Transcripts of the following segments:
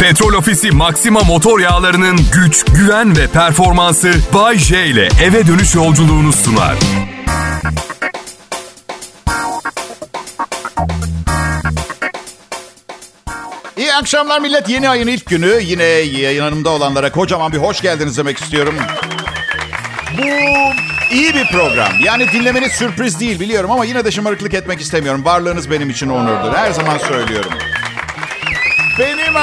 Petrol Ofisi Maxima motor yağlarının güç, güven ve performansı Bay J ile eve dönüş yolculuğunu sunar. İyi akşamlar millet. Yeni ayın ilk günü. Yine yanımda olanlara kocaman bir hoş geldiniz demek istiyorum. Bu iyi bir program. Yani dinlemeniz sürpriz değil biliyorum ama yine de şımarıklık etmek istemiyorum. Varlığınız benim için onurdur. Her zaman söylüyorum. Benim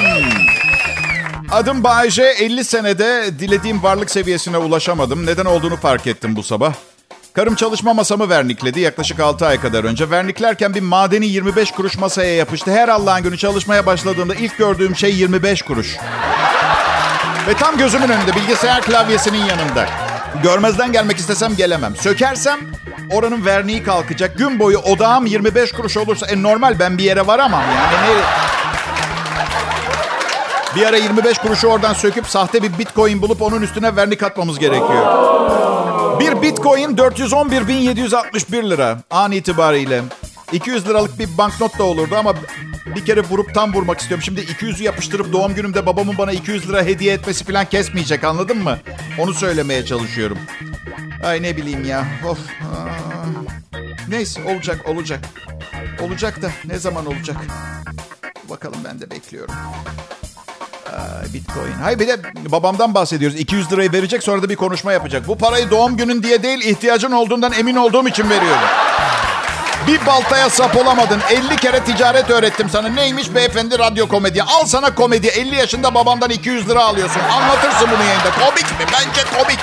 adım Bay J. 50 senede dilediğim varlık seviyesine ulaşamadım. Neden olduğunu fark ettim bu sabah. Karım çalışma masamı vernikledi yaklaşık 6 ay kadar önce. Verniklerken bir madeni 25 kuruş masaya yapıştı. Her Allah'ın günü çalışmaya başladığında ilk gördüğüm şey 25 kuruş. Ve tam gözümün önünde, bilgisayar klavyesinin yanında. Görmezden gelmek istesem gelemem. Sökersem oranın verniği kalkacak. Gün boyu odağım 25 kuruş olursa normal, ben bir yere varamam yani. Bir ara 25 kuruşu oradan söküp sahte bir bitcoin bulup onun üstüne vernik atmamız gerekiyor. Bir bitcoin 411.761 lira an itibariyle. 200 liralık bir banknot da olurdu ama bir kere vurup tam vurmak istiyorum. Şimdi 200'ü yapıştırıp doğum günümde babamın bana 200 lira hediye etmesi falan kesmeyecek, anladın mı? Onu söylemeye çalışıyorum. Ay ne bileyim ya. Of. Neyse olacak. Olacak da ne zaman olacak? Bakalım, ben de bekliyorum. Bitcoin. Hayır, bir de babamdan bahsediyoruz. 200 lirayı verecek, sonra da bir konuşma yapacak. Bu parayı doğum günün diye değil, ihtiyacın olduğundan emin olduğum için veriyorum. Bir baltaya sap olamadın. 50 kere ticaret öğrettim sana. Neymiş beyefendi, radyo komedi. Al sana komedi. 50 yaşında babandan 200 lira alıyorsun. Anlatırsın bunu yayında. Komik mi? Bence komik.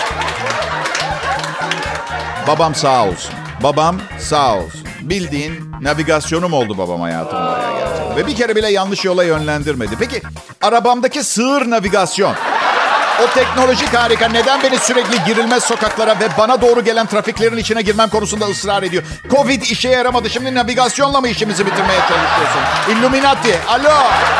Babam sağ olsun. Bildiğin navigasyonum oldu babam hayatımda ya gerçekten. Ve bir kere bile yanlış yola yönlendirmedi. Peki arabamdaki sığır navigasyon, o teknolojik harika neden beni sürekli girilmez sokaklara ve bana doğru gelen trafiklerin içine girmem konusunda ısrar ediyor? Covid işe yaramadı. Şimdi navigasyonla mı işimizi bitirmeye çalışıyorsun? Illuminati. Alo.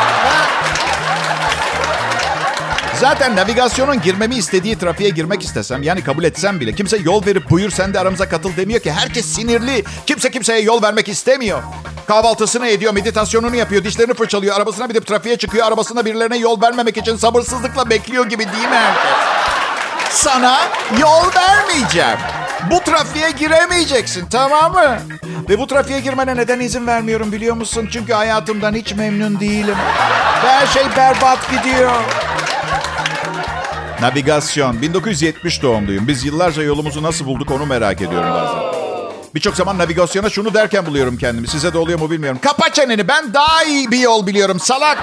Zaten navigasyonun girmemi istediği trafiğe girmek istesem, yani kabul etsem bile, kimse yol verip buyur sen de aramıza katıl demiyor ki. Herkes sinirli. Kimse kimseye yol vermek istemiyor. Kahvaltısını ediyor, meditasyonunu yapıyor, dişlerini fırçalıyor, arabasına binip trafiğe çıkıyor. Arabasında birilerine yol vermemek için sabırsızlıkla bekliyor gibi, değil mi herkes? Sana yol vermeyeceğim. Bu trafiğe giremeyeceksin, tamam mı? Ve bu trafiğe girmene neden izin vermiyorum biliyor musun? Çünkü hayatımdan hiç memnun değilim. Her şey berbat gidiyor. Navigasyon. 1970 doğumluyum. Biz yıllarca yolumuzu nasıl bulduk onu merak ediyorum bazen. Birçok zaman navigasyona şunu derken buluyorum kendimi. Size de oluyor mu bilmiyorum. Kapa çeneni, ben daha iyi bir yol biliyorum salak.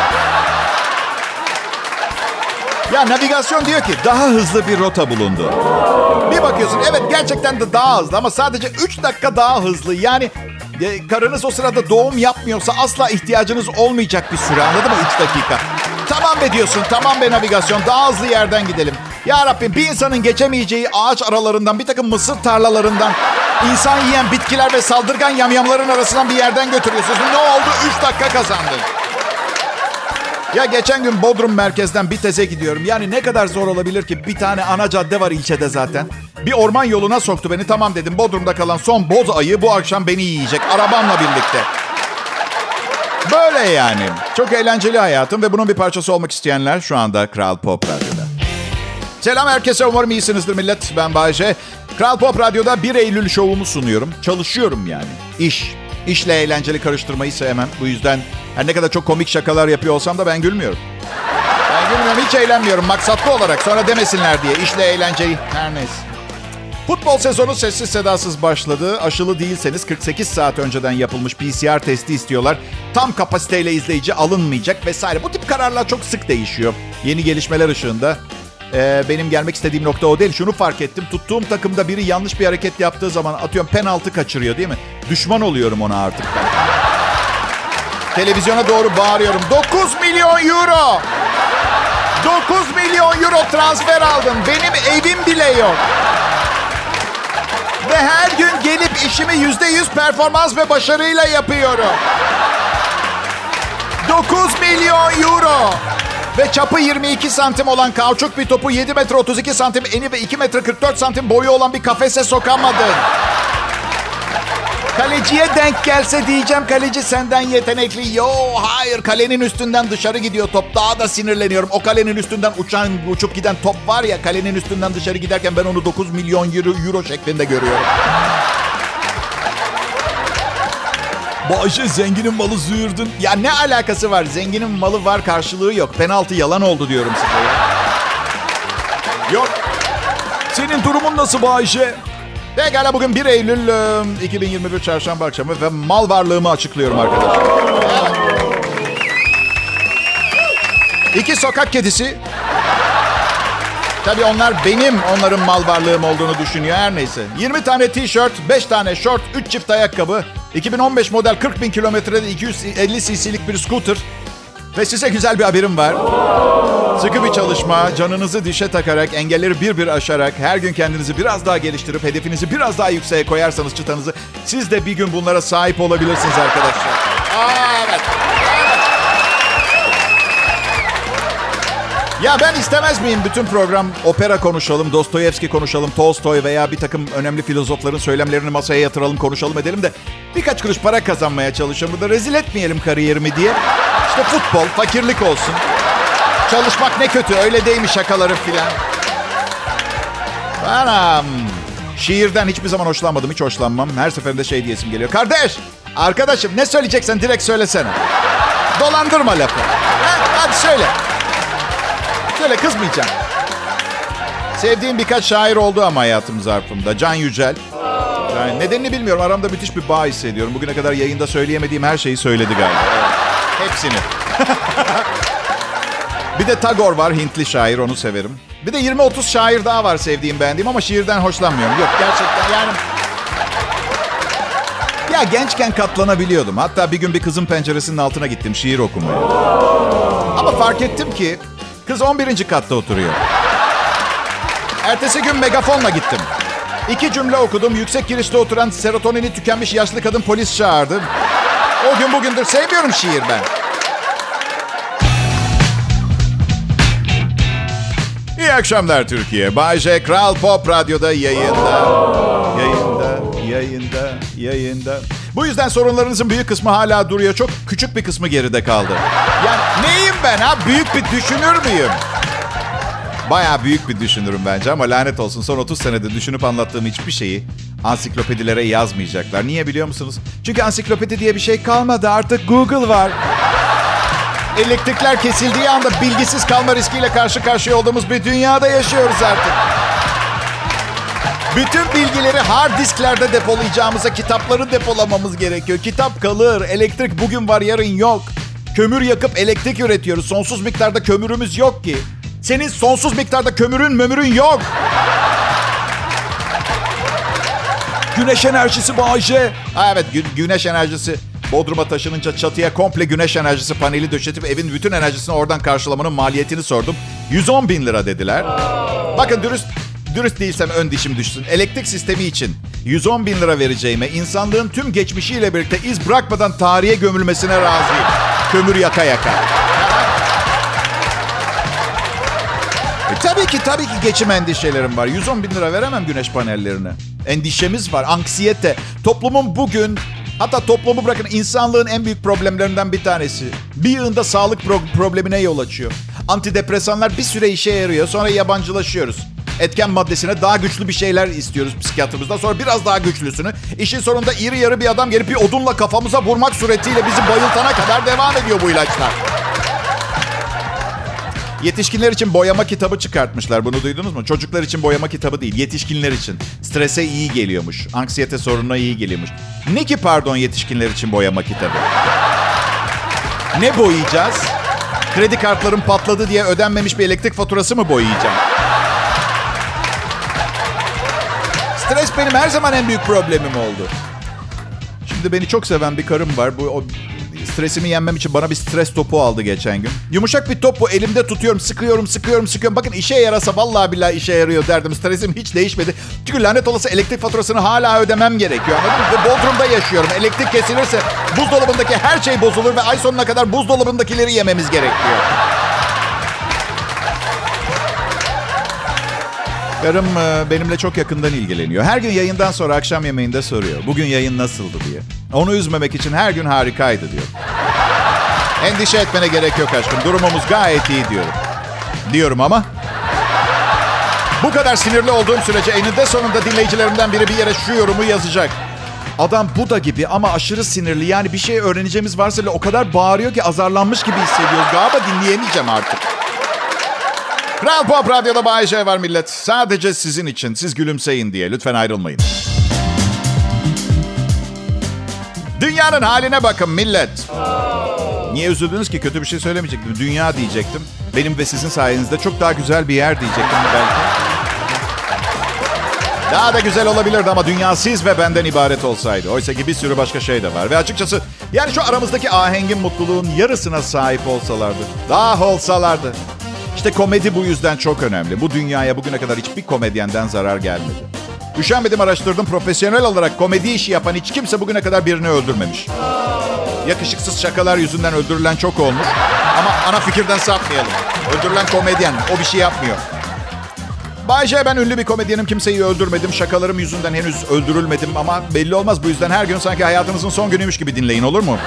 Ya navigasyon diyor ki daha hızlı bir rota bulundu. Bir bakıyorsun, evet gerçekten de daha hızlı ama sadece 3 dakika daha hızlı. Yani karınız o sırada doğum yapmıyorsa asla ihtiyacınız olmayacak bir süre, anladın mı? 3 dakika. Tamam be diyorsun, tamam be navigasyon, daha hızlı yerden gidelim. Ya Rabbim, bir insanın geçemeyeceği ağaç aralarından, bir takım mısır tarlalarından, insan yiyen bitkiler ve saldırgan yamyamların arasından bir yerden götürüyorsunuz. Ne oldu? 3 dakika kazandın. Ya geçen gün Bodrum merkezden Bitez'e gidiyorum. Yani ne kadar zor olabilir ki? Bir tane ana cadde var ilçede zaten. Bir orman yoluna soktu beni. Tamam dedim, Bodrum'da kalan son boz ayı bu akşam beni yiyecek. Arabamla birlikte. Böyle yani. Çok eğlenceli hayatım ve bunun bir parçası olmak isteyenler şu anda Kral Pop Radyo'da. Selam herkese, umarım iyisinizdir millet. Ben Bay J. Kral Pop Radyo'da 1 Eylül şovumu sunuyorum. Çalışıyorum yani. İşle eğlenceli karıştırmayı sevmem. Bu yüzden her ne kadar çok komik şakalar yapıyor olsam da ben gülmüyorum. Hiç eğlenmiyorum maksatlı olarak. Sonra demesinler diye. İşle eğlenceyi. Her neyse. Futbol sezonu sessiz sedasız başladı. Aşılı değilseniz 48 saat önceden yapılmış PCR testi istiyorlar. Tam kapasiteyle izleyici alınmayacak vesaire. Bu tip kararlar çok sık değişiyor. Yeni gelişmeler ışığında. Benim gelmek istediğim nokta o değil. Şunu fark ettim. Tuttuğum takımda biri yanlış bir hareket yaptığı zaman, atıyorum penaltı kaçırıyor değil mi? Düşman oluyorum ona artık ben. Televizyona doğru bağırıyorum. 9 milyon euro! 9 milyon euro transfer aldım. Benim evim bile yok. Ve her gün gelip işimi %100 performans ve başarıyla yapıyorum. 9 milyon euro. Ve çapı 22 santim olan kauçuk bir topu 7 metre 32 santim eni ve 2 metre 44 santim boyu olan bir kafese sokamadın. Kaleciye denk gelse diyeceğim kaleci senden yetenekli. Yo hayır, kalenin üstünden dışarı gidiyor top. Daha da sinirleniyorum. O kalenin üstünden uçup giden top var ya, kalenin üstünden dışarı giderken ben onu 9 milyon euro şeklinde görüyorum. Bağışe, zenginin malı züğürdün. Ya ne alakası var? Zenginin malı var, karşılığı yok. Penaltı yalan oldu diyorum size ya. Yok. Senin durumun nasıl Bağışe? Pekala, bugün 1 Eylül 2021 Çarşamba akşamı ve mal varlığımı açıklıyorum arkadaşlar. İki sokak kedisi. Tabii onlar benim onların mal varlığım olduğunu düşünüyor, her neyse. 20 tane tişört, 5 tane şort, 3 çift ayakkabı, 2015 model 40 bin kilometrede 250 cc'lik bir scooter. Ve size güzel bir haberim var. Sıkı bir çalışma, canınızı dişe takarak, engelleri bir bir aşarak, her gün kendinizi biraz daha geliştirip, hedefinizi biraz daha yükseğe koyarsanız çıtanızı, siz de bir gün bunlara sahip olabilirsiniz arkadaşlar. Evet. Ya ben istemez miyim bütün program opera konuşalım, Dostoyevski konuşalım, Tolstoy veya bir takım önemli filozofların söylemlerini masaya yatıralım, konuşalım edelim de birkaç kuruş para kazanmaya çalışıyorum. Burada rezil etmeyelim kariyerimi diye. İşte futbol, fakirlik olsun. Çalışmak ne kötü, öyle değil mi şakaları filan. Anam. Şiirden hiçbir zaman hoşlanmadım, hiç hoşlanmam. Her seferinde şey diyesim geliyor. Kardeş, arkadaşım ne söyleyeceksen direkt söylesene. Dolandırma lafı. Hadi söyle. Söyle, kızmayacağım. Sevdiğim birkaç şair oldu ama hayatım zarfında. Can Yücel. Yani nedenini bilmiyorum. Aramda müthiş bir bağ hissediyorum. Bugüne kadar yayında söyleyemediğim her şeyi söyledi galiba. Evet. Hepsini. Bir de Tagore var, Hintli şair. Onu severim. Bir de 20-30 şair daha var sevdiğim, beğendiğim ama şiirden hoşlanmıyorum. Yok, gerçekten yani... Ya gençken katlanabiliyordum. Hatta bir gün bir kızın penceresinin altına gittim şiir okumaya. Ama fark ettim ki kız 11. katta oturuyor. Ertesi gün megafonla gittim. 2 cümle okudum. Yüksek girişte oturan serotonini tükenmiş yaşlı kadın polis çağırdı. O gün bugündür sevmiyorum şiir ben. İyi akşamlar Türkiye. Bay J, Kral Pop Radyo'da yayında. Yayında. Bu yüzden sorunlarınızın büyük kısmı hala duruyor. Çok küçük bir kısmı geride kaldı. Yani neyim ben ha? Büyük bir düşünür müyüm? Bayağı büyük bir düşünürüm bence ama lanet olsun. Son 30 senede düşünüp anlattığım hiçbir şeyi ansiklopedilere yazmayacaklar. Niye biliyor musunuz? Çünkü ansiklopedi diye bir şey kalmadı. Artık Google var. Elektrikler kesildiği anda bilgisiz kalma riskiyle karşı karşıya olduğumuz bir dünyada yaşıyoruz artık. Bütün bilgileri hard disklerde depolayacağımıza kitapları depolamamız gerekiyor. Kitap kalır. Elektrik bugün var, yarın yok. Kömür yakıp elektrik üretiyoruz. Sonsuz miktarda kömürümüz yok ki. Senin sonsuz miktarda kömürün yok. Güneş enerjisi Bağışe. Evet, güneş enerjisi. Bodrum'a taşınınca çatıya komple güneş enerjisi paneli döşetip evin bütün enerjisini oradan karşılamanın maliyetini sordum. 110 bin lira dediler. Bakın dürüst değilsem ön dişim düşsün. Elektrik sistemi için 110 bin lira vereceğime insanlığın tüm geçmişiyle birlikte iz bırakmadan tarihe gömülmesine razıyım. Kömür yaka. Tabii ki geçim endişelerim var. 110 bin lira veremem güneş panellerine. Endişemiz var, anksiyete. Toplumun bugün, hatta toplumu bırakın, insanlığın en büyük problemlerinden bir tanesi. Bir yığında sağlık problemine yol açıyor. Antidepresanlar bir süre işe yarıyor, sonra yabancılaşıyoruz. Etken maddesine daha güçlü bir şeyler istiyoruz psikiyatrımızdan. Sonra biraz daha güçlüsünü. İşin sonunda iri yarı bir adam gelip bir odunla kafamıza vurmak suretiyle bizi bayıltana kadar devam ediyor bu ilaçlar. Yetişkinler için boyama kitabı çıkartmışlar. Bunu duydunuz mu? Çocuklar için boyama kitabı değil. Yetişkinler için. Strese iyi geliyormuş. Anksiyete sorununa iyi geliyormuş. Ne ki pardon yetişkinler için boyama kitabı? Ne boyayacağız? Kredi kartlarım patladı diye ödenmemiş bir elektrik faturası mı boyayacağım? Stres benim her zaman en büyük problemim oldu. Şimdi beni çok seven bir karım var. O stresimi yenmem için bana bir stres topu aldı geçen gün. Yumuşak bir top bu. Elimde tutuyorum, sıkıyorum. Bakın işe yarasa vallahi billahi işe yarıyor derdim. Stresim hiç değişmedi. Çünkü lanet olası elektrik faturasını hala ödemem gerekiyor. Anladın mı? Ve Bodrum'da yaşıyorum. Elektrik kesilirse buzdolabındaki her şey bozulur ve ay sonuna kadar buzdolabındakileri yememiz gerekiyor. Karım benimle çok yakından ilgileniyor. Her gün yayından sonra akşam yemeğinde soruyor. Bugün yayın nasıldı diye. Onu üzmemek için her gün harikaydı diyor. Endişe etmene gerek yok aşkım. Durumumuz gayet iyi diyorum. Diyorum ama bu kadar sinirli olduğum sürece eninde sonunda dinleyicilerimden biri bir yere şu yorumu yazacak. Adam Buda gibi ama aşırı sinirli. Yani bir şey öğreneceğimiz varsa o kadar bağırıyor ki azarlanmış gibi hissediyoruz. Galiba dinleyemeyeceğim artık. Kral Pop Radyo'da Bay J var millet. Sadece sizin için. Siz gülümseyin diye. Lütfen ayrılmayın. Dünyanın haline bakın millet. Niye üzüldünüz ki? Kötü bir şey söylemeyecektim. Dünya diyecektim. Benim ve sizin sayenizde çok daha güzel bir yer diyecektim belki. Daha da güzel olabilirdi ama dünya siz ve benden ibaret olsaydı. Oysa ki bir sürü başka şey de var. Ve açıkçası yani şu aramızdaki ahengin, mutluluğun yarısına sahip olsalardı. Daha olsalardı. İşte komedi bu yüzden çok önemli. Bu dünyaya bugüne kadar hiçbir komedyenden zarar gelmedi. Üşenmedim, araştırdım. Profesyonel olarak komedi işi yapan hiç kimse bugüne kadar birini öldürmemiş. Yakışıksız şakalar yüzünden öldürülen çok olmuş. Ama ana fikirden sapmayalım. Öldürülen komedyen, o bir şey yapmıyor. Bay J, ben ünlü bir komedyenim. Kimseyi öldürmedim. Şakalarım yüzünden henüz öldürülmedim. Ama belli olmaz. Bu yüzden her gün sanki hayatınızın son günüymüş gibi dinleyin, olur mu?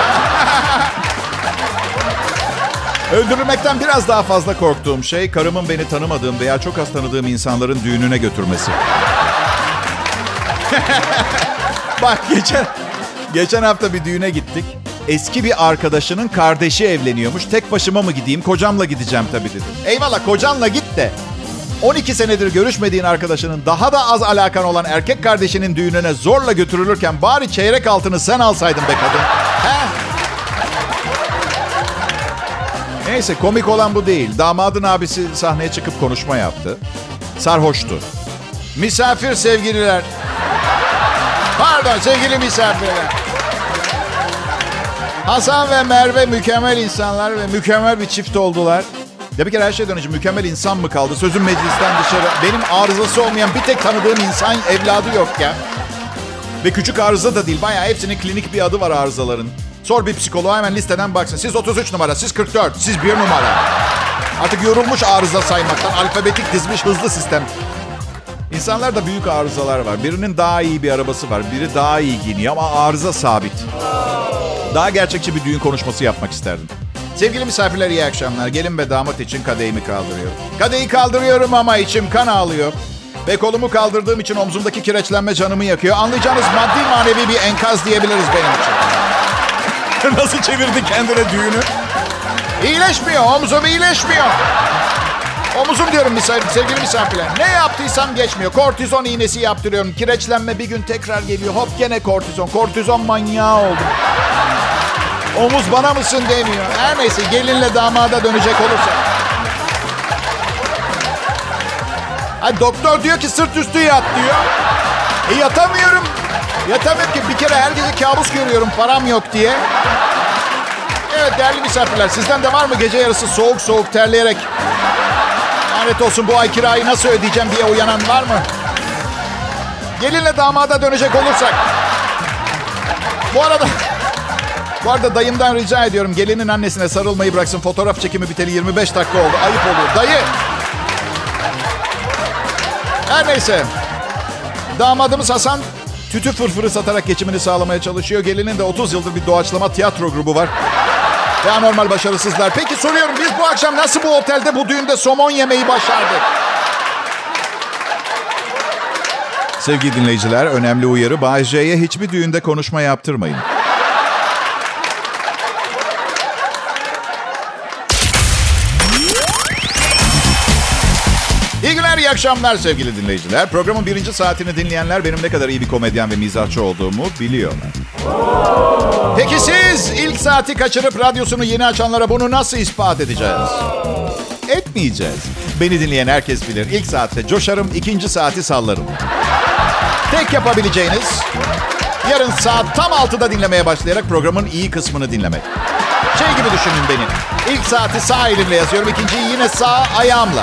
Öldürülmekten biraz daha fazla korktuğum şey, karımın beni tanımadığım veya çok az tanıdığım insanların düğününe götürmesi. Bak geçen hafta bir düğüne gittik. Eski bir arkadaşının kardeşi evleniyormuş. Tek başıma mı gideyim? Kocamla gideceğim tabii dedim. Eyvallah, kocanla git de 12 senedir görüşmediğin arkadaşının daha da az alakan olan erkek kardeşinin düğününe zorla götürülürken bari çeyrek altını sen alsaydın be kadın. He? Neyse, komik olan bu değil. Damadın abisi sahneye çıkıp konuşma yaptı. Sarhoştu. Misafir sevgililer. Pardon, sevgili misafirler. Hasan ve Merve mükemmel insanlar ve mükemmel bir çift oldular. Ya bir kere her şeyden önce mükemmel insan mı kaldı? Sözüm meclisten dışarı. Benim arızası olmayan bir tek tanıdığım insan evladı yok ya. Ve küçük arıza da değil. Bayağı hepsinin klinik bir adı var arızaların. Sor bir psikoloğa, hemen listeden baksın. Siz 33 numara, siz 44, siz 1 numara. Artık yorulmuş arıza saymaktan. Alfabetik dizmiş hızlı sistem. İnsanlarda büyük arızalar var. Birinin daha iyi bir arabası var. Biri daha iyi giyiniyor ama arıza sabit. Daha gerçekçi bir düğün konuşması yapmak isterdim. Sevgili misafirler, iyi akşamlar. Gelin ve damat için kadehimi kaldırıyorum. Kadehi kaldırıyorum ama içim kan ağlıyor. Ve kolumu kaldırdığım için omzumdaki kireçlenme canımı yakıyor. Anlayacağınız maddi manevi bir enkaz diyebiliriz benim için. Nasıl çevirdi kendine düğünü? İyileşmiyor, omzum iyileşmiyor. Omuzum diyorum sevgili misafirler. Ne yaptıysam geçmiyor. Kortizon iğnesi yaptırıyorum. Kireçlenme bir gün tekrar geliyor. Hop gene kortizon. Kortizon manyağı oldum. Omuz bana mısın demiyor. Her neyse, gelinle damada dönecek olursa. Ay, doktor diyor ki sırt üstü yat diyor. Yatamıyorum. Yatamıyorum ki, bir kere her gece kabus görüyorum param yok diye. Evet değerli misafirler, sizden de var mı gece yarısı soğuk soğuk terleyerek lanet olsun bu ay kirayı nasıl ödeyeceğim diye uyanan var mı? Gelinle damada dönecek olursak. Bu arada dayımdan rica ediyorum, gelinin annesine sarılmayı bıraksın. Fotoğraf çekimi biteli 25 dakika oldu. Ayıp oluyor. Dayı. Her neyse. Damadımız Hasan tütü fırfırı satarak geçimini sağlamaya çalışıyor. Gelinin de 30 yıldır bir doğaçlama tiyatro grubu var. Ve anormal başarısızlar. Peki soruyorum, biz bu akşam nasıl bu otelde, bu düğünde somon yemeyi başardık? Sevgili dinleyiciler, önemli uyarı. Bay J'ye hiçbir düğünde konuşma yaptırmayın. İyi günler, iyi akşamlar sevgili dinleyiciler. Programın 1. saatini dinleyenler benim ne kadar iyi bir komedyen ve mizahçı olduğumu biliyorlar. Peki siz ilk saati kaçırıp radyosunu yeni açanlara bunu nasıl ispat edeceğiz? Etmeyeceğiz. Beni dinleyen herkes bilir. İlk saatte coşarım, 2. saati sallarım. Tek yapabileceğiniz yarın saat tam 6'da dinlemeye başlayarak programın iyi kısmını dinlemek. Şey gibi düşünün beni. İlk saati sağ elimle yazıyorum, 2.'yi yine sağ ayağımla.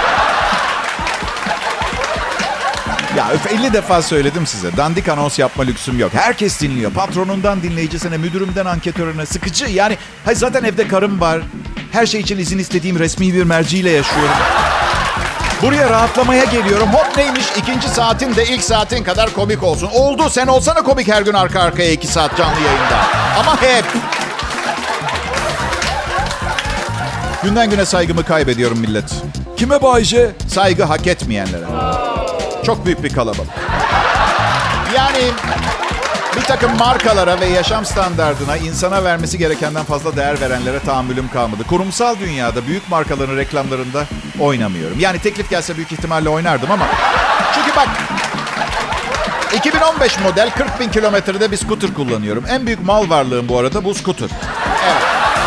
Ya 50 defa söyledim size. Dandik anons yapma lüksüm yok. Herkes dinliyor. Patronundan dinleyicisine, müdürümden anketörüne. Sıkıcı yani. Zaten evde karım var. Her şey için izin istediğim resmi bir merciyle yaşıyorum. Buraya rahatlamaya geliyorum. Hop neymiş? 2. saatin de ilk saatin kadar komik olsun. Oldu, sen olsana komik her gün arka arkaya 2 saat canlı yayında. Ama hep. Günden güne saygımı kaybediyorum millet. Kime Bay J? Saygı hak etmeyenlere. Çok büyük bir kalabalık. Yani bir takım markalara ve yaşam standardına insana vermesi gerekenden fazla değer verenlere tahammülüm kalmadı. Kurumsal dünyada büyük markaların reklamlarında oynamıyorum. Yani teklif gelse büyük ihtimalle oynardım ama... Çünkü bak, 2015 model 40 bin kilometrede bir scooter kullanıyorum. En büyük mal varlığım bu arada bu scooter. Evet.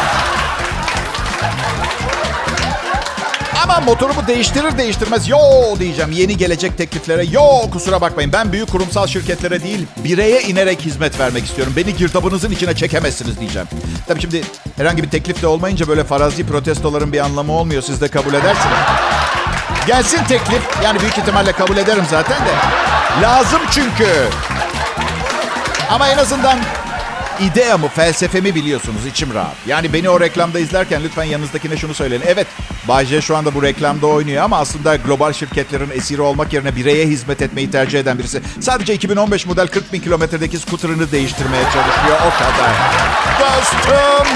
Ama motorumu değiştirir değiştirmez yo diyeceğim yeni gelecek tekliflere. Yo kusura bakmayın, ben büyük kurumsal şirketlere değil bireye inerek hizmet vermek istiyorum. Beni girdabınızın içine çekemezsiniz diyeceğim. Tabii şimdi herhangi bir teklif de olmayınca böyle farazi protestoların bir anlamı olmuyor. Siz de kabul edersiniz. Gelsin teklif, yani büyük ihtimalle kabul ederim zaten de. Lazım çünkü. Ama en azından ideamı, felsefemi biliyorsunuz, içim rahat. Yani beni o reklamda izlerken lütfen yanınızdakine şunu söyleyin. Evet, Bay J şu anda bu reklamda oynuyor ama aslında global şirketlerin esiri olmak yerine bireye hizmet etmeyi tercih eden birisi. Sadece 2015 model 40 bin kilometredeki scooter'ını değiştirmeye çalışıyor, o kadar. Dostum!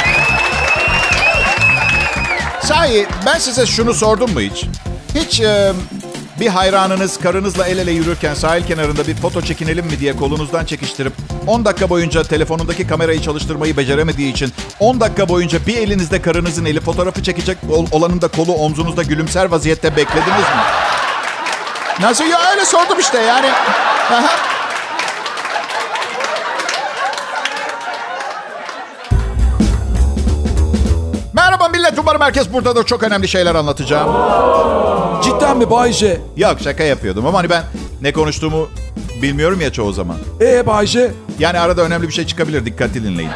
Sahi, ben size şunu sordum mu hiç? Hiç bir hayranınız karınızla el ele yürürken sahil kenarında bir foto çekinelim mi diye kolunuzdan çekiştirip 10 dakika boyunca telefonundaki kamerayı çalıştırmayı beceremediği için 10 dakika boyunca bir elinizde karınızın eli fotoğrafı çekecek olanın da kolu omzunuzda gülümser vaziyette beklediniz mi? Nasıl ya, öyle sordum işte yani. Aha. Merhaba millet, umarım herkes buradadır. Çok önemli şeyler anlatacağım. Cidden mi Bay J? Yok, şaka yapıyordum ama hani ben ne konuştuğumu bilmiyorum ya çoğu zaman. Bay J? Yani arada önemli bir şey çıkabilir, dikkatli dinleyin.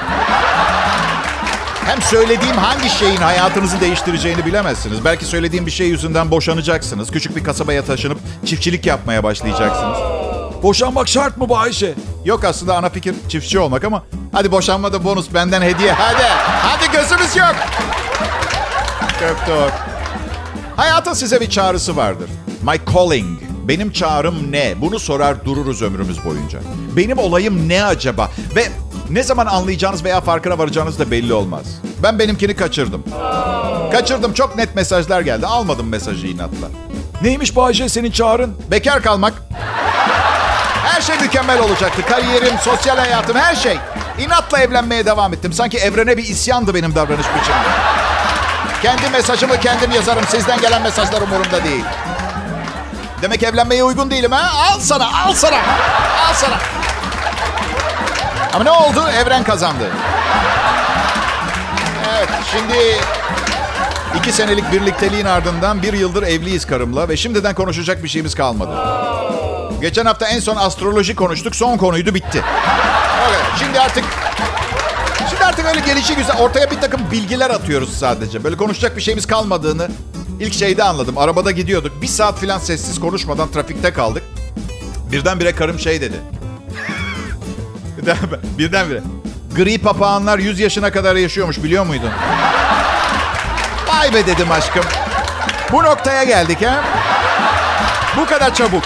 Hem söylediğim hangi şeyin hayatınızı değiştireceğini bilemezsiniz. Belki söylediğim bir şey yüzünden boşanacaksınız. Küçük bir kasabaya taşınıp çiftçilik yapmaya başlayacaksınız. Boşanmak şart mı Bay J? Yok, aslında ana fikir çiftçi olmak ama hadi boşanma da bonus, benden hediye. Hadi gözümüz yok. Köftor. Hayatın size bir çağrısı vardır. My calling. Benim çağrım ne? Bunu sorar dururuz ömrümüz boyunca. Benim olayım ne acaba? Ve ne zaman anlayacağınız veya farkına varacağınız da belli olmaz. Ben benimkini kaçırdım. Çok net mesajlar geldi. Almadım mesajı inatla. Neymiş Bay J senin çağrın? Bekar kalmak. Her şey mükemmel olacaktı. Kariyerim, sosyal hayatım, her şey. İnatla evlenmeye devam ettim. Sanki evrene bir isyandı benim davranış biçimim. Kendi mesajımı kendim yazarım. Sizden gelen mesajlar umurumda değil. Demek evlenmeye uygun değilim ha? Al sana. Ama ne oldu? Evren kazandı. Evet, şimdi 2 senelik birlikteliğin ardından 1 yıldır evliyiz karımla ve şimdiden konuşacak bir şeyimiz kalmadı. Geçen hafta en son astroloji konuştuk. Son konuydu, bitti. Okay. Şimdi artık öyle gelişigüzel ortaya bir takım bilgiler atıyoruz sadece. Böyle konuşacak bir şeyimiz kalmadığını ilk şeyde anladım. Arabada gidiyorduk. 1 saat falan sessiz konuşmadan trafikte kaldık. Birdenbire karım şey dedi. Birdenbire. Gri papağanlar 100 yaşına kadar yaşıyormuş, biliyor muydun? Vay be dedim aşkım. Bu noktaya geldik ha. Bu kadar çabuk.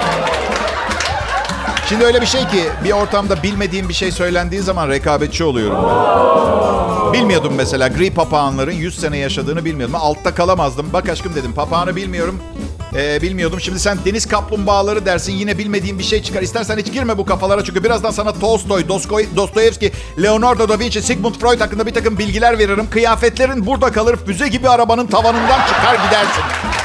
Şimdi öyle bir şey ki bir ortamda bilmediğim bir şey söylendiği zaman rekabetçi oluyorum ben. Bilmiyordum mesela gri papağanların 100 sene yaşadığını bilmiyordum. Altta kalamazdım. Bak aşkım dedim, papağanı bilmiyorum. Bilmiyordum. Şimdi sen deniz kaplumbağaları dersin, yine bilmediğin bir şey çıkar. İstersen hiç girme bu kafalara çünkü birazdan sana Tolstoy, Dostoyevski, Leonardo da Vinci, Sigmund Freud hakkında bir takım bilgiler veririm. Kıyafetlerin burada kalır, füze gibi arabanın tavanından çıkar gidersin.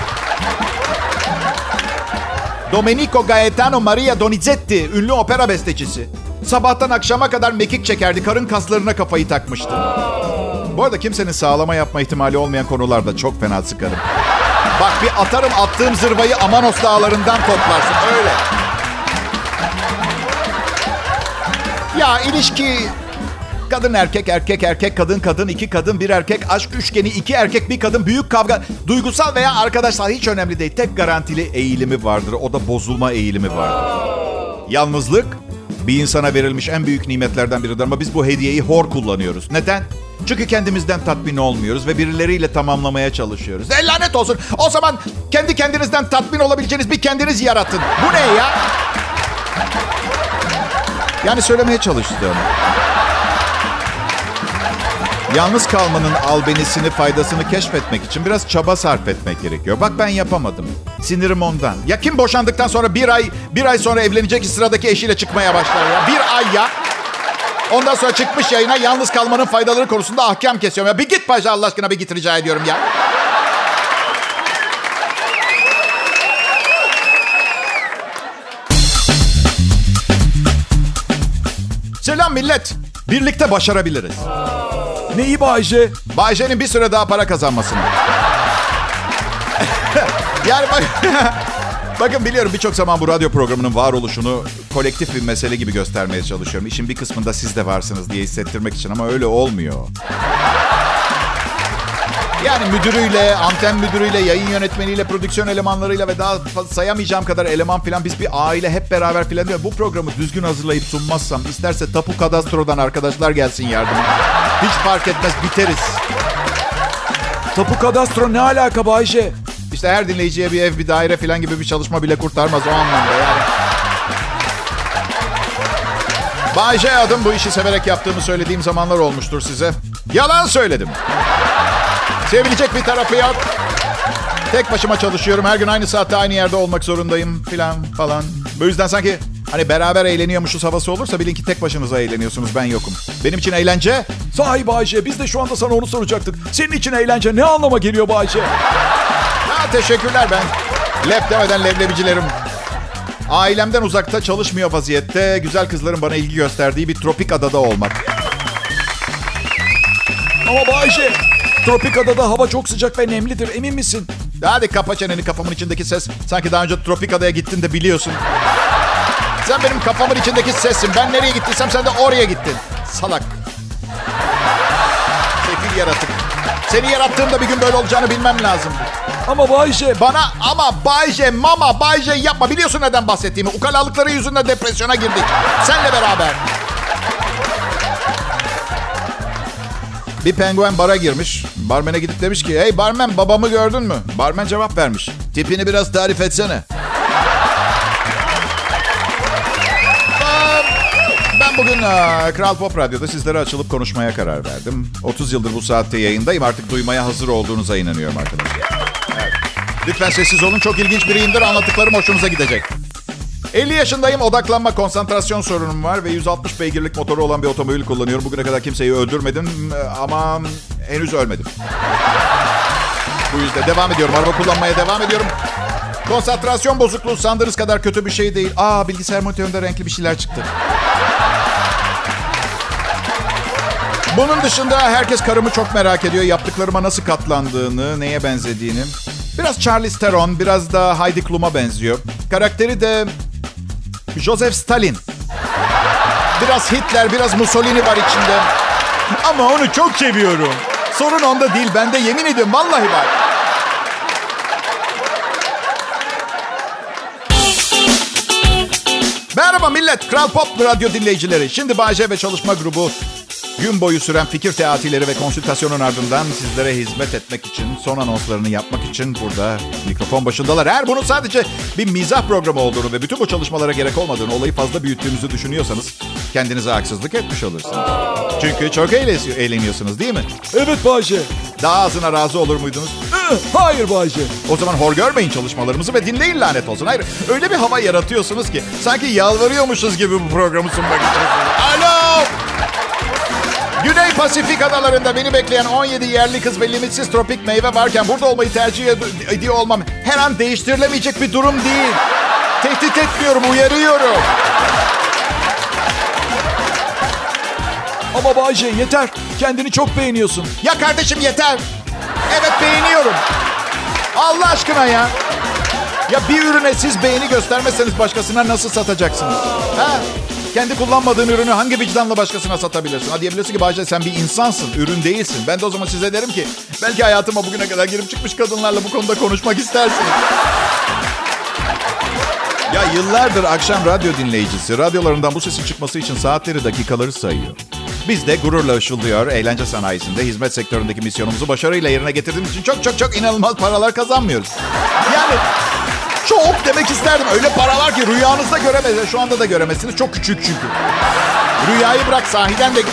Domenico Gaetano Maria Donizetti, ünlü opera bestecisi. Sabahtan akşama kadar mekik çekerdi, karın kaslarına kafayı takmıştı. Bu arada kimsenin sağlama yapma ihtimali olmayan konularda çok fena sıkarım. Bak bir atarım, attığım zırvayı Amanos dağlarından toplarsın, öyle. Ya ilişki... Kadın erkek, erkek erkek, kadın kadın, 2 kadın 1 erkek, aşk üçgeni 2 erkek 1 kadın, büyük kavga, duygusal veya arkadaşlar hiç önemli değil. Tek garantili eğilimi vardır, o da bozulma eğilimi vardır. Yalnızlık bir insana verilmiş en büyük nimetlerden biridir ama biz bu hediyeyi hor kullanıyoruz. Neden? Çünkü kendimizden tatmin olmuyoruz ve birileriyle tamamlamaya çalışıyoruz. Lanet olsun. O zaman kendi kendinizden tatmin olabileceğiniz bir kendiniz yaratın. Bu ne ya? Yani söylemeye çalıştım. Yalnız kalmanın albenisini, faydasını keşfetmek için biraz çaba sarf etmek gerekiyor. Bak ben yapamadım. Sinirim ondan. Ya kim boşandıktan sonra bir ay sonra evlenecek sıradaki eşiyle çıkmaya başlar ya? Bir ay ya. Ondan sonra çıkmış yayına yalnız kalmanın faydaları konusunda ahkam kesiyorum. Ya bir git Bayce, Allah aşkına bir git, rica ediyorum ya. Selam millet. Birlikte başarabiliriz. Neyi Bayce? Bayce'nin bir süre daha para kazanmasını. Yani bakın biliyorum birçok zaman bu radyo programının varoluşunu kolektif bir mesele gibi göstermeye çalışıyorum. İşin bir kısmında siz de varsınız diye hissettirmek için ama öyle olmuyor. Yani müdürüyle, anten müdürüyle, yayın yönetmeniyle, prodüksiyon elemanlarıyla ve daha sayamayacağım kadar eleman filan biz bir aile hep beraber filan diyor. Bu programı düzgün hazırlayıp sunmazsam isterse Tapu Kadastro'dan arkadaşlar gelsin yardıma. Hiç fark etmez, biteriz. Tapu kadastro ne alaka Bayce? İşte her dinleyiciye bir ev, bir daire filan gibi bir çalışma bile kurtarmaz o anlamda yani. Bay J adım, bu işi severek yaptığımı söylediğim zamanlar olmuştur size. Yalan söyledim. Sevilecek bir tarafı yok. Tek başıma çalışıyorum. Her gün aynı saatte aynı yerde olmak zorundayım filan falan. Bu yüzden sanki hani beraber eğleniyormuşuz havası olursa bilin ki tek başınıza eğleniyorsunuz, ben yokum. Benim için eğlence... Sahi Bayce, biz de şu anda sana onu soracaktık. Senin için eğlence ne anlama geliyor Bayce? Ha, teşekkürler, ben lep demeden leblebicilerim. Ailemden uzakta, çalışmıyor vaziyette, güzel kızların bana ilgi gösterdiği bir tropik adada olmak. Ama Bayce, tropik adada hava çok sıcak ve nemlidir, emin misin? Hadi kapa çeneni, kafamın içindeki ses. Sanki daha önce tropik adaya gittin de biliyorsun. Sen benim kafamın içindeki sessin. Ben nereye gittiysem sen de oraya gittin. Salak. Sefil yaratık. Seni yarattığımda bir gün böyle olacağını bilmem lazım. Ama Bayce... Bana ama Bayce, mama Bayce yapma. Biliyorsun neden bahsettiğimi. Ukalalıkları yüzünden depresyona girdik. Seninle beraber. Bir penguen bara girmiş. Barmene gidip demiş ki, hey barmen, babamı gördün mü? Barmen cevap vermiş. Tipini biraz tarif etsene. Ben bugün Kral Pop Radyo'da sizlere açılıp konuşmaya karar verdim. 30 yıldır bu saatte yayındayım. Artık duymaya hazır olduğunuza inanıyorum arkadaşlar. Evet. Lütfen sessiz olun. Çok ilginç biriyimdir. Anlattıklarım hoşunuza gidecek. 50 yaşındayım. Odaklanma, konsantrasyon sorunum var ve 160 beygirlik motoru olan bir otomobil kullanıyorum. Bugüne kadar kimseyi öldürmedim ama henüz ölmedim. Bu yüzden devam ediyorum. Araba kullanmaya devam ediyorum. Konsantrasyon bozukluğu sandığınız kadar kötü bir şey değil. Bilgisayar monitöründe renkli bir şeyler çıktı. Bunun dışında herkes karımı çok merak ediyor. Yaptıklarıma nasıl katlandığını, neye benzediğini. Biraz Charlize Theron, biraz da Heidi Klum'a benziyor. Karakteri de Joseph Stalin. Biraz Hitler, biraz Mussolini var içinde. Ama onu çok seviyorum. Sorun onda değil, bende, yemin ediyorum, vallahi var. Merhaba millet, Kral Pop Radyo dinleyicileri. Şimdi Bay J ve çalışma grubu gün boyu süren fikir teatileri ve konsültasyonun ardından sizlere hizmet etmek için, son anonslarını yapmak için burada mikrofon başındalar. Eğer bunun sadece bir mizah programı olduğunu ve bütün bu çalışmalara gerek olmadığını, olayı fazla büyüttüğümüzü düşünüyorsanız kendinize haksızlık etmiş olursunuz. Çünkü çok eğleniyorsunuz değil mi? Evet Bayce. Daha azına razı olur muydunuz? Hayır Bayce. O zaman hor görmeyin çalışmalarımızı ve dinleyin, lanet olsun. Hayır, öyle bir hava yaratıyorsunuz ki sanki yalvarıyormuşuz gibi bu programı sunmak için. Alo! Güney Pasifik adalarında beni bekleyen 17 yerli kız ve limitsiz tropik meyve varken burada olmayı tercih ediyor olmam her an değiştirilemeyecek bir durum değil. Tehdit etmiyorum, uyarıyorum. Ama Bayce yeter. Kendini çok beğeniyorsun. Ya kardeşim yeter. Evet, beğeniyorum. Allah aşkına ya. Ya bir ürüne siz beğeni göstermezseniz başkasına nasıl satacaksınız? Ha? Kendi kullanmadığın ürünü hangi vicdanla başkasına satabilirsin? Ha, diyebilirsin ki Bayce sen bir insansın, ürün değilsin. Ben de o zaman size derim ki belki hayatıma bugüne kadar girip çıkmış kadınlarla bu konuda konuşmak istersiniz. Ya yıllardır akşam radyo dinleyicisi radyolarından bu sesin çıkması için saatleri, dakikaları sayıyor. Biz de gururla ışıldıyor, eğlence sanayisinde hizmet sektöründeki misyonumuzu başarıyla yerine getirdiğimiz için çok inanılmaz paralar kazanmıyoruz. Yani çok demek isterdim. Öyle paralar ki rüyanızda göremezsiniz. Şu anda da göremezsiniz. Çok küçük çünkü. Rüyayı bırak, sahiden de...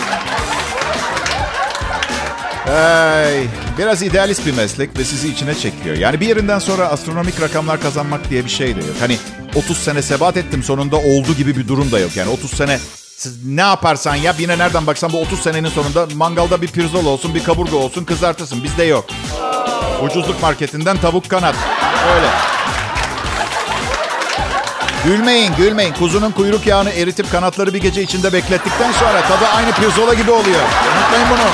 Biraz idealist bir meslek ve sizi içine çekiyor. Yani bir yerinden sonra astronomik rakamlar kazanmak diye bir şey de yok. Hani 30 sene sebat ettim, sonunda oldu gibi bir durum da yok. Yani 30 sene siz ne yaparsan yap, yine nereden baksan bu 30 senenin sonunda mangalda bir pirzola olsun, bir kaburga olsun, kızartırsın. Bizde yok. Ucuzluk marketinden tavuk kanat. Öyle. Gülmeyin. Kuzunun kuyruk yağını eritip kanatları bir gece içinde beklettikten sonra tadı aynı pirzola gibi oluyor. Unutmayın bunu.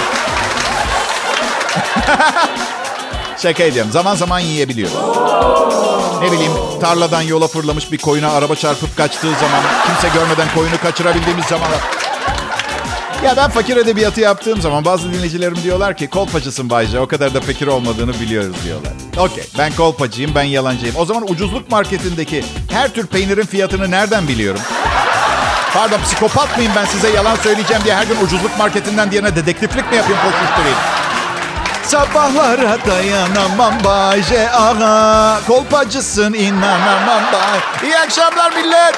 Şaka ediyorum. Zaman zaman yiyebiliyorum. Ne bileyim, tarladan yola fırlamış bir koyuna araba çarpıp kaçtığı zaman, kimse görmeden koyunu kaçırabildiğimiz zamanlar. Ya ben fakir edebiyatı yaptığım zaman bazı dinleyicilerim diyorlar ki kolpacısın Bayce, o kadar da fakir olmadığını biliyoruz diyorlar. Okey, ben kolpacıyım, ben yalancıyım. O zaman ucuzluk marketindeki her tür peynirin fiyatını nereden biliyorum? Pardon, psikopat mıyım ben, size yalan söyleyeceğim diye her gün ucuzluk marketinden diyene dedektiflik mi yapayım, koşuşturayım? Sabahlara dayanamam Bayce ağa, kolpacısın inanamam Bay. İyi akşamlar millet.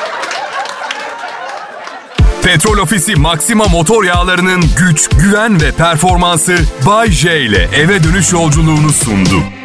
Petrol Ofisi Maxima motor yağlarının güç, güven ve performansı Bay J ile eve dönüş yolculuğunu sundu.